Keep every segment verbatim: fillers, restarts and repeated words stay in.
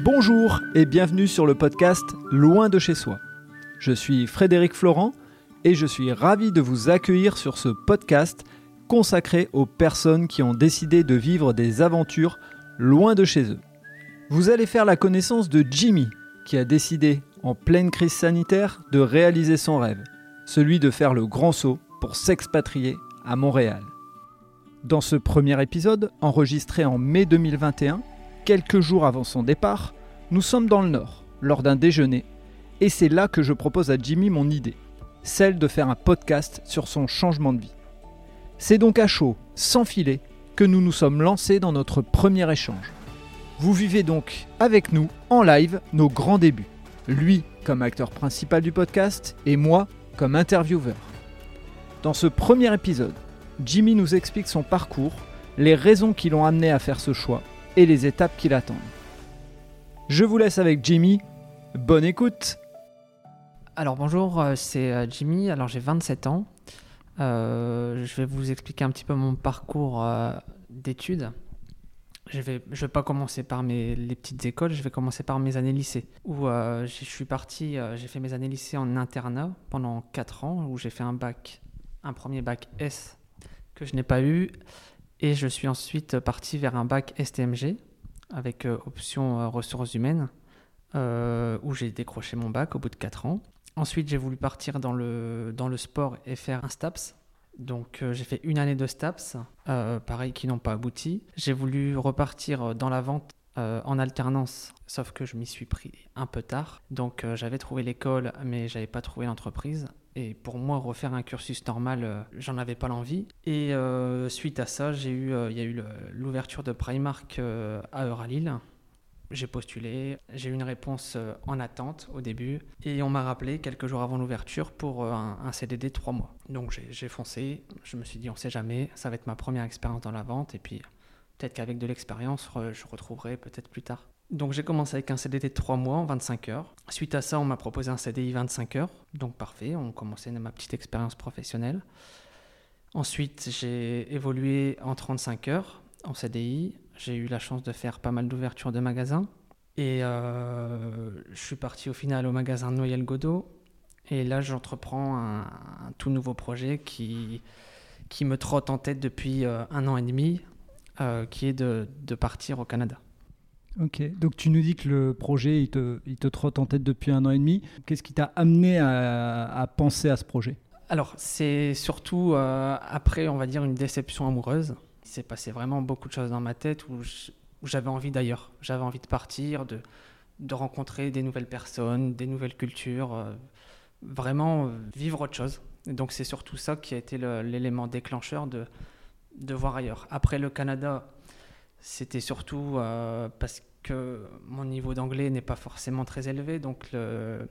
Bonjour et bienvenue sur le podcast Loin de chez soi. Je suis Frédéric Florent et je suis ravi de vous accueillir sur ce podcast consacré aux personnes qui ont décidé de vivre des aventures loin de chez eux. Vous allez faire la connaissance de Jimmy, qui a décidé, en pleine crise sanitaire, de réaliser son rêve, celui de faire le grand saut pour s'expatrier à Montréal. Dans ce premier épisode, enregistré en mai deux mille vingt et un, quelques jours avant son départ, nous sommes dans le Nord, lors d'un déjeuner, et c'est là que je propose à Jimmy mon idée, celle de faire un podcast sur son changement de vie. C'est donc à chaud, sans filet, que nous nous sommes lancés dans notre premier échange. Vous vivez donc avec nous, en live, nos grands débuts. Lui comme acteur principal du podcast et moi comme intervieweur. Dans ce premier épisode, Jimmy nous explique son parcours, les raisons qui l'ont amené à faire ce choix et les étapes qui l'attendent. Je vous laisse avec Jimmy. Bonne écoute. Alors bonjour, c'est Jimmy, alors j'ai vingt-sept ans. Euh, je vais vous expliquer un petit peu mon parcours euh, d'études. Je vais, je vais pas commencer par mes, les petites écoles, je vais commencer par mes années lycée. Où euh, je suis parti, euh, j'ai fait mes années lycée en internat pendant quatre ans, où j'ai fait un bac, un premier bac S que je n'ai pas eu. Et je suis ensuite parti vers un bac S T M G avec euh, option euh, ressources humaines, euh, où j'ai décroché mon bac au bout de quatre ans. Ensuite, j'ai voulu partir dans le, dans le sport et faire un STAPS. Donc, euh, j'ai fait une année de STAPS, euh, pareil, qui n'ont pas abouti. J'ai voulu repartir dans la vente euh, en alternance, sauf que je m'y suis pris un peu tard. Donc, euh, j'avais trouvé l'école, mais je n'avais pas trouvé l'entreprise. Et pour moi, refaire un cursus normal, euh, j'en avais pas l'envie. Et euh, suite à ça, j'ai eu, euh, il y a eu le, l'ouverture de Primark euh, à Euralille. J'ai postulé, j'ai eu une réponse euh, en attente au début. Et on m'a rappelé quelques jours avant l'ouverture pour euh, un, un C D D de trois mois. Donc j'ai, j'ai foncé, je me suis dit on sait jamais, ça va être ma première expérience dans la vente. Et puis peut-être qu'avec de l'expérience, re, je retrouverai peut-être plus tard. Donc j'ai commencé avec un C D D de trois mois en vingt-cinq heures. Suite à ça, on m'a proposé un C D I vingt-cinq heures. Donc parfait, on commençait ma petite expérience professionnelle. Ensuite, j'ai évolué en trente-cinq heures en C D I. J'ai eu la chance de faire pas mal d'ouvertures de magasins. Et euh, je suis parti au final au magasin Noël Godot. Et là, j'entreprends un, un tout nouveau projet qui, qui me trotte en tête depuis euh, un an et demi, euh, qui est de, de partir au Canada. Ok, donc tu nous dis que le projet, il te, il te trotte en tête depuis un an et demi. Qu'est-ce qui t'a amené à, à penser à ce projet ? Alors, c'est surtout euh, après, on va dire, une déception amoureuse. Il s'est passé vraiment beaucoup de choses dans ma tête où, je, où j'avais envie d'ailleurs. J'avais envie de partir, de, de rencontrer des nouvelles personnes, des nouvelles cultures, euh, vraiment euh, vivre autre chose. Et donc, c'est surtout ça qui a été le, l'élément déclencheur de, de voir ailleurs. Après le Canada, c'était surtout euh, parce que mon niveau d'anglais n'est pas forcément très élevé, donc le,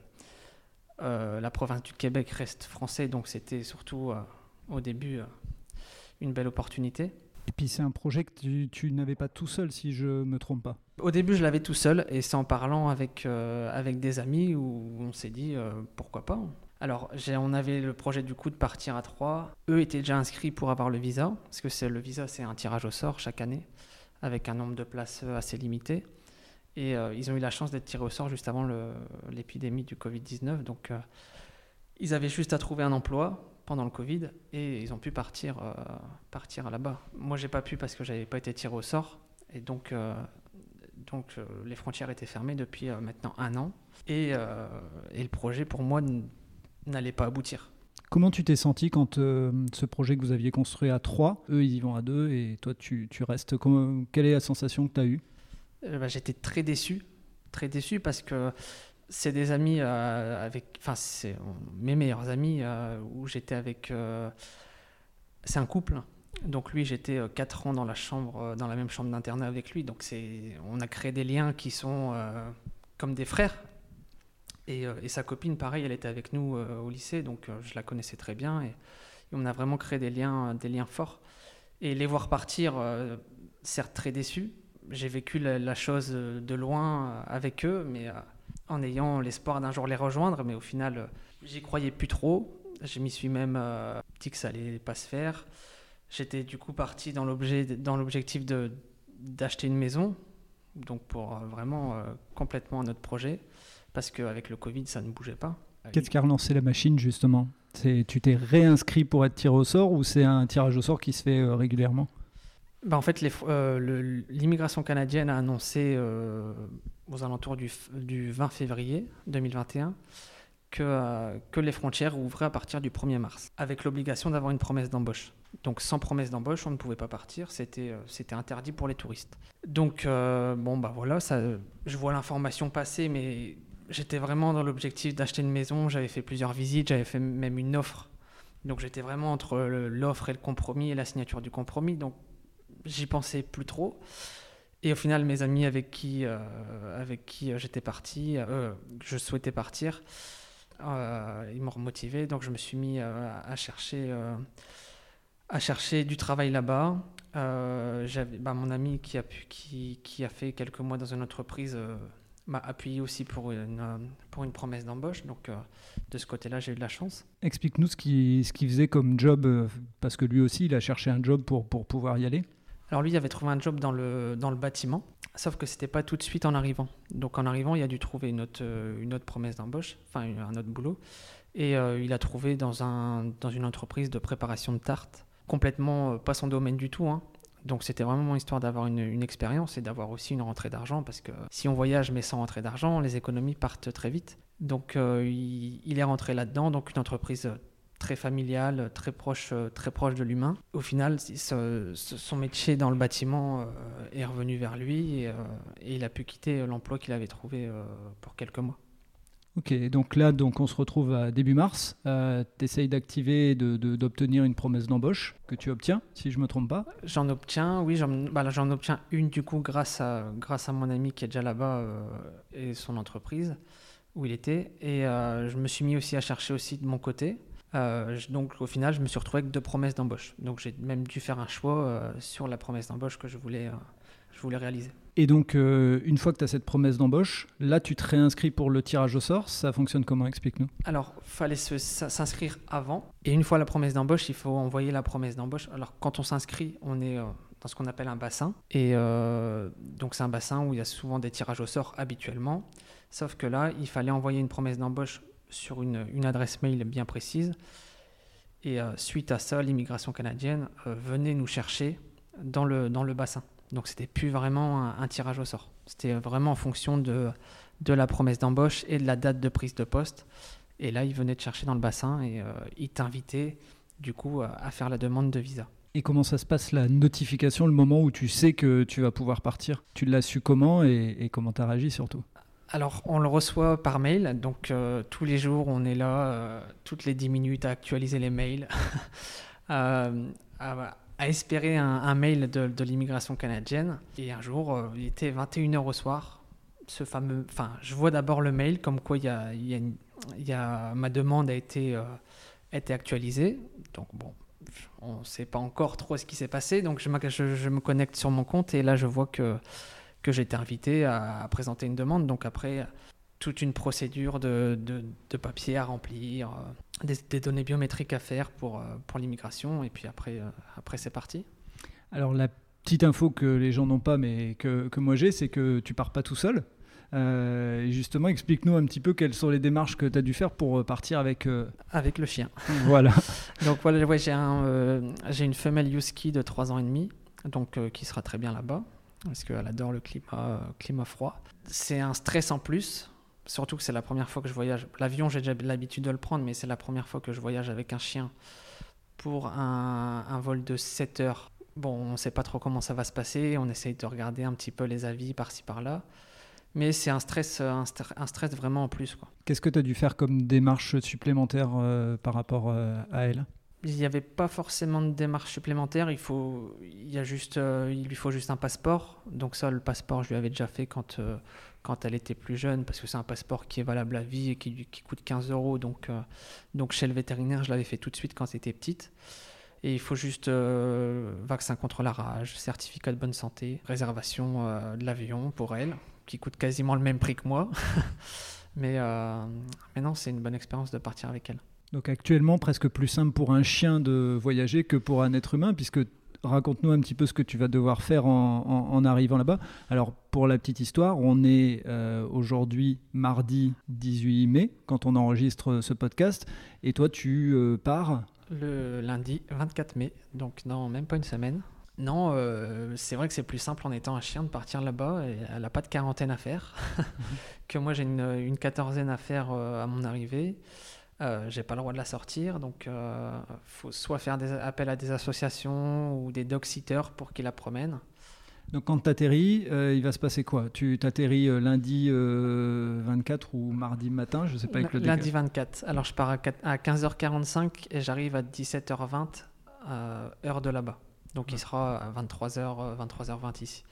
euh, la province du Québec reste français, donc c'était surtout euh, au début euh, une belle opportunité. Et puis c'est un projet que tu, tu n'avais pas tout seul, si je ne me trompe pas. Au début, je l'avais tout seul, et c'est en parlant avec, euh, avec des amis où on s'est dit euh, pourquoi pas. Alors, j'ai, on avait le projet du coup de partir à trois. Eux étaient déjà inscrits pour avoir le visa, parce que c'est, le visa, c'est un tirage au sort chaque année, avec un nombre de places assez limité. Et euh, ils ont eu la chance d'être tirés au sort juste avant le, l'épidémie du covid dix-neuf. Donc, euh, ils avaient juste à trouver un emploi pendant le Covid et ils ont pu partir, euh, partir là-bas. Moi, j'ai pas pu parce que j'avais pas été tiré au sort. Et donc, euh, donc euh, les frontières étaient fermées depuis euh, maintenant un an. Et, euh, et le projet, pour moi, n- n'allait pas aboutir. Comment tu t'es senti quand euh, ce projet que vous aviez construit à trois, eux ils y vont à deux et toi tu, tu restes, comment, quelle est la sensation que tu as eue ? Euh, bah, j'étais très déçu, très déçu parce que c'est des amis euh, avec, enfin c'est mes meilleurs amis euh, où j'étais avec, euh, c'est un couple. Donc lui, j'étais euh, quatre ans dans la chambre, euh, dans la même chambre d'internat avec lui. Donc c'est, on a créé des liens qui sont euh, comme des frères. Et, euh, et sa copine, pareil, elle était avec nous euh, au lycée, donc euh, je la connaissais très bien. Et, et on a vraiment créé des liens, des liens forts. Et les voir partir, euh, certes très déçus. J'ai vécu la, la chose de loin euh, avec eux, mais euh, en ayant l'espoir d'un jour les rejoindre. Mais au final, euh, j'y croyais plus trop. Je m'y suis même euh, dit que ça allait pas se faire. J'étais du coup parti dans, l'objet, dans l'objectif de, d'acheter une maison. donc pour euh, vraiment euh, complètement un autre projet, parce qu'avec le Covid, ça ne bougeait pas. Qu'est-ce qui a relancé la machine justement ? C'est, tu t'es réinscrit pour être tiré au sort ou c'est un tirage au sort qui se fait euh, régulièrement ? Ben, en fait, les, euh, le, l'immigration canadienne a annoncé euh, aux alentours du, du vingt février deux mille vingt et un que, euh, que les frontières ouvraient à partir du premier mars, avec l'obligation d'avoir une promesse d'embauche. Donc sans promesse d'embauche, on ne pouvait pas partir, c'était, euh, c'était interdit pour les touristes. Donc euh, bon, bah voilà, ça, je vois l'information passer, mais j'étais vraiment dans l'objectif d'acheter une maison, j'avais fait plusieurs visites, j'avais fait même une offre. Donc j'étais vraiment entre le, l'offre et le compromis et la signature du compromis, donc j'y pensais plus trop. Et au final, mes amis avec qui, euh, avec qui j'étais parti, euh, je souhaitais partir, euh, ils m'ont remotivé. Donc je me suis mis euh, à, chercher, euh, à chercher du travail là-bas. Euh, j'avais, bah, mon ami qui a, pu, qui, qui a fait quelques mois dans une entreprise euh, m'a appuyé aussi pour une, pour une promesse d'embauche. Donc euh, de ce côté-là, j'ai eu de la chance. Explique-nous ce qu'il, ce qu'il faisait comme job, euh, parce que lui aussi, il a cherché un job pour, pour pouvoir y aller. Alors lui, il avait trouvé un job dans le, dans le bâtiment, sauf que ce n'était pas tout de suite en arrivant. Donc en arrivant, il a dû trouver une autre, une autre promesse d'embauche, enfin un autre boulot. Et euh, il a trouvé dans, un, dans une entreprise de préparation de tartes, complètement euh, pas son domaine du tout. Hein. Donc c'était vraiment histoire d'avoir une, une expérience et d'avoir aussi une rentrée d'argent, parce que si on voyage mais sans rentrée d'argent, les économies partent très vite. Donc euh, il, il est rentré là-dedans, donc une entreprise très familial, très proche, très proche de l'humain. Au final, ce, ce, son métier dans le bâtiment euh, est revenu vers lui et, euh, et il a pu quitter l'emploi qu'il avait trouvé euh, pour quelques mois. Ok, donc là, donc on se retrouve à début mars. Euh, tu essayes d'activer et de, de, d'obtenir une promesse d'embauche que tu obtiens, si je ne me trompe pas. J'en obtiens, oui, j'en, bah là, j'en obtiens une du coup grâce à, grâce à mon ami qui est déjà là-bas euh, et son entreprise où il était. Et euh, je me suis mis aussi à chercher aussi de mon côté. Euh, donc au final, je me suis retrouvé avec deux promesses d'embauche. Donc j'ai même dû faire un choix euh, sur la promesse d'embauche que je voulais, euh, je voulais réaliser. Et donc, euh, une fois que tu as cette promesse d'embauche, là, tu te réinscris pour le tirage au sort. Ça fonctionne comment ? Explique-nous. Alors, il fallait se, s'inscrire avant. Et une fois la promesse d'embauche, il faut envoyer la promesse d'embauche. Alors, quand on s'inscrit, on est euh, dans ce qu'on appelle un bassin. Et euh, donc, c'est un bassin où il y a souvent des tirages au sort habituellement. Sauf que là, il fallait envoyer une promesse d'embauche sur une, une adresse mail bien précise. Et euh, suite à ça, l'immigration canadienne euh, venait nous chercher dans le, dans le bassin. Donc, c'était plus vraiment un, un tirage au sort. C'était vraiment en fonction de, de la promesse d'embauche et de la date de prise de poste. Et là, ils venaient te chercher dans le bassin et euh, ils t'invitaient, du coup, à, à faire la demande de visa. Et comment ça se passe, la notification, le moment où tu sais que tu vas pouvoir partir ? Tu l'as su comment et, et comment tu as réagi surtout ? Alors, on le reçoit par mail. Donc, euh, tous les jours, on est là, euh, toutes les dix minutes, à actualiser les mails. euh, à, à espérer un, un mail de, de l'immigration canadienne. Et un jour, euh, il était vingt et une heures au soir. Ce fameux, enfin, je vois d'abord le mail comme quoi il y a, il y a, une, il y a ma demande a été, euh, a été actualisée. Donc bon, on ne sait pas encore trop ce qui s'est passé. Donc je, je, je me connecte sur mon compte et là je vois que que j'ai été invité à, à présenter une demande. Donc après, toute une procédure de, de, de papiers à remplir, euh, des, des données biométriques à faire pour, euh, pour l'immigration. Et puis après, euh, après c'est parti. Alors la petite info que les gens n'ont pas, mais que, que moi j'ai, c'est que tu pars pas tout seul. Euh, et justement, explique-nous un petit peu quelles sont les démarches que tu as dû faire pour partir avec... Euh... Avec le chien. Voilà. Donc voilà, ouais, j'ai, un, euh, j'ai une femelle husky de trois ans et demi, donc, euh, qui sera très bien là-bas. Parce qu'elle adore le climat, euh, climat froid. C'est un stress en plus, surtout que c'est la première fois que je voyage. L'avion, j'ai déjà l'habitude de le prendre, mais c'est la première fois que je voyage avec un chien pour un, un vol de sept heures. Bon, on ne sait pas trop comment ça va se passer, on essaye de regarder un petit peu les avis par-ci par-là, mais c'est un stress, un, st- un stress vraiment en plus, quoi. Qu'est-ce que tu as dû faire comme démarche supplémentaire euh, par rapport euh, à elle ? Il n'y avait pas forcément de démarche supplémentaire. Il, faut, il, y a juste, euh, il lui faut juste un passeport. Donc ça, le passeport, je lui avais déjà fait quand, euh, quand elle était plus jeune, parce que c'est un passeport qui est valable à vie et qui, qui coûte quinze euros. Donc, euh, donc chez le vétérinaire, je l'avais fait tout de suite quand c'était petite. Et il faut juste euh, vaccin contre la rage, certificat de bonne santé, réservation euh, de l'avion pour elle, qui coûte quasiment le même prix que moi. mais, euh, mais non, c'est une bonne expérience de partir avec elle. Donc actuellement, presque plus simple pour un chien de voyager que pour un être humain, puisque raconte-nous un petit peu ce que tu vas devoir faire en, en, en arrivant là-bas. Alors, pour la petite histoire, on est euh, aujourd'hui mardi dix-huit mai, quand on enregistre ce podcast. Et toi, tu euh, pars Le lundi vingt-quatre mai, donc dans même pas une semaine. Non, euh, c'est vrai que c'est plus simple en étant un chien de partir là-bas. Et elle n'a pas de quarantaine à faire. Que moi, j'ai une, une quatorzaine à faire euh, à mon arrivée. Euh, j'ai pas le droit de la sortir, donc il euh, faut soit faire des appels à des associations ou des dog-sitters pour qu'ils la promènent. Donc quand tu atterris, euh, il va se passer quoi? Tu t'atterris euh, lundi euh, vingt-quatre ou mardi matin, je sais pas avec le Lundi vingt-quatre. Alors je pars à, à quinze heures quarante-cinq et j'arrive à dix-sept heures vingt, euh, heure de là-bas. Donc ouais. Il sera à vingt-trois heures, vingt-trois heures vingt ici.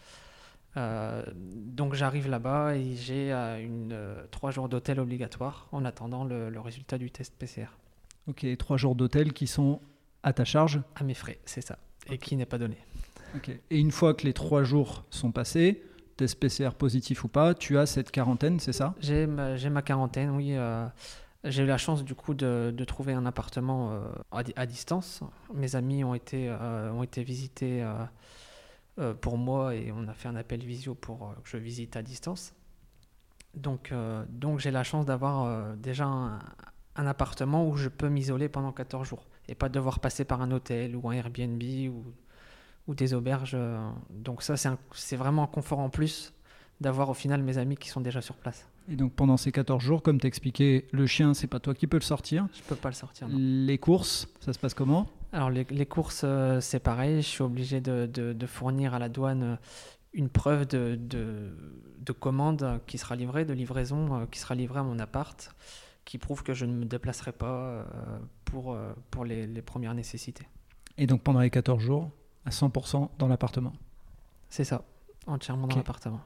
Euh, donc j'arrive là-bas et j'ai euh, une, euh, trois jours d'hôtel obligatoire en attendant le, le résultat du test P C R. Ok, trois jours d'hôtel qui sont à ta charge? À mes frais, c'est ça, et okay. Qui n'est pas donné. Ok. Et une fois que les trois jours sont passés, test P C R positif ou pas, tu as cette quarantaine, c'est ça? J'ai ma, j'ai ma quarantaine, oui. Euh, j'ai eu la chance du coup de, de trouver un appartement euh, à, à distance. Mes amis ont été, euh, ont été visités euh, euh, pour moi et on a fait un appel visio pour euh, que je visite à distance. Donc, euh, donc j'ai la chance d'avoir euh, déjà un, un appartement où je peux m'isoler pendant quatorze jours et pas devoir passer par un hôtel ou un Airbnb ou, ou des auberges. Donc ça, c'est, un, c'est vraiment un confort en plus d'avoir au final mes amis qui sont déjà sur place. Et donc pendant ces quatorze jours, comme tu expliquais, le chien, c'est pas toi qui peux le sortir? Je peux pas le sortir, non. Les courses, ça se passe comment? Alors les, les courses, euh, c'est pareil. Je suis obligé de, de, de fournir à la douane une preuve de, de, de commande qui sera livrée, de livraison euh, qui sera livrée à mon appart, qui prouve que je ne me déplacerai pas euh, pour, euh, pour les, les premières nécessités. Et donc pendant les quatorze jours, à cent pour cent dans l'appartement? C'est ça, entièrement okay. Dans l'appartement.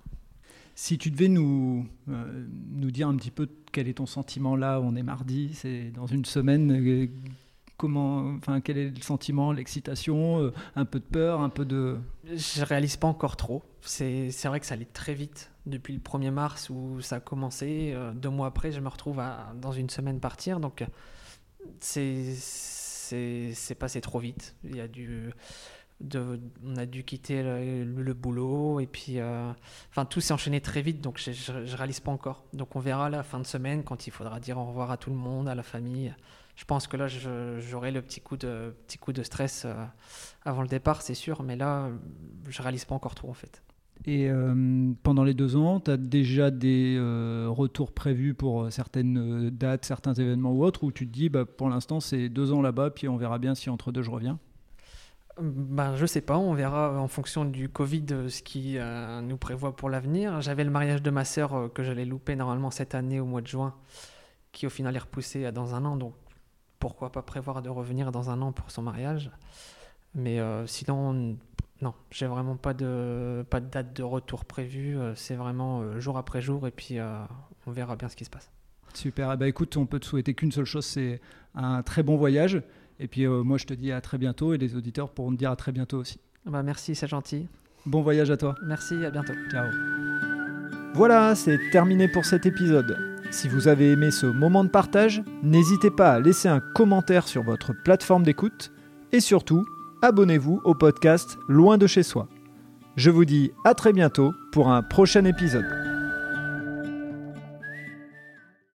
Si tu devais nous, euh, nous dire un petit peu quel est ton sentiment là, on est mardi, c'est dans une semaine, euh, comment, enfin, quel est le sentiment, l'excitation, euh, un peu de peur, un peu de... Je ne réalise pas encore trop. C'est, c'est vrai que ça allait très vite depuis le premier mars où ça a commencé. Euh, deux mois après, je me retrouve à, dans une semaine partir. Donc, c'est, c'est, c'est passé trop vite. Il y a du... De, on a dû quitter le, le, le boulot et puis euh, enfin tout s'est enchaîné très vite, donc je, je, je réalise pas encore. Donc on verra la fin de semaine quand il faudra dire au revoir à tout le monde, à la famille. Je pense que là je, j'aurai le petit coup de petit coup de stress euh, avant le départ, c'est sûr, mais là je réalise pas encore trop en fait. Et euh, pendant les deux ans, tu as déjà des euh, retours prévus pour certaines dates, certains événements ou autres, où tu te dis bah, pour l'instant c'est deux ans là-bas, puis on verra bien si entre deux je reviens? Ben, je sais pas, on verra en fonction du Covid ce qui euh, nous prévoit pour l'avenir. J'avais le mariage de ma sœur euh, que j'allais louper normalement cette année au mois de juin, qui au final est repoussé dans un an, donc pourquoi pas prévoir de revenir dans un an pour son mariage. Mais euh, sinon, non, j'ai vraiment pas de, pas de date de retour prévue, c'est vraiment euh, jour après jour et puis euh, on verra bien ce qui se passe. Super, eh ben, écoute, on peut te souhaiter qu'une seule chose, c'est un très bon voyage. Et puis euh, moi je te dis à très bientôt et les auditeurs pourront te dire à très bientôt aussi. Bah merci, c'est gentil. Bon voyage à toi. Merci, à bientôt. Ciao. Voilà, c'est terminé pour cet épisode. Si vous avez aimé ce moment de partage, n'hésitez pas à laisser un commentaire sur votre plateforme d'écoute et surtout, abonnez-vous au podcast Loin de chez soi. Je vous dis à très bientôt pour un prochain épisode.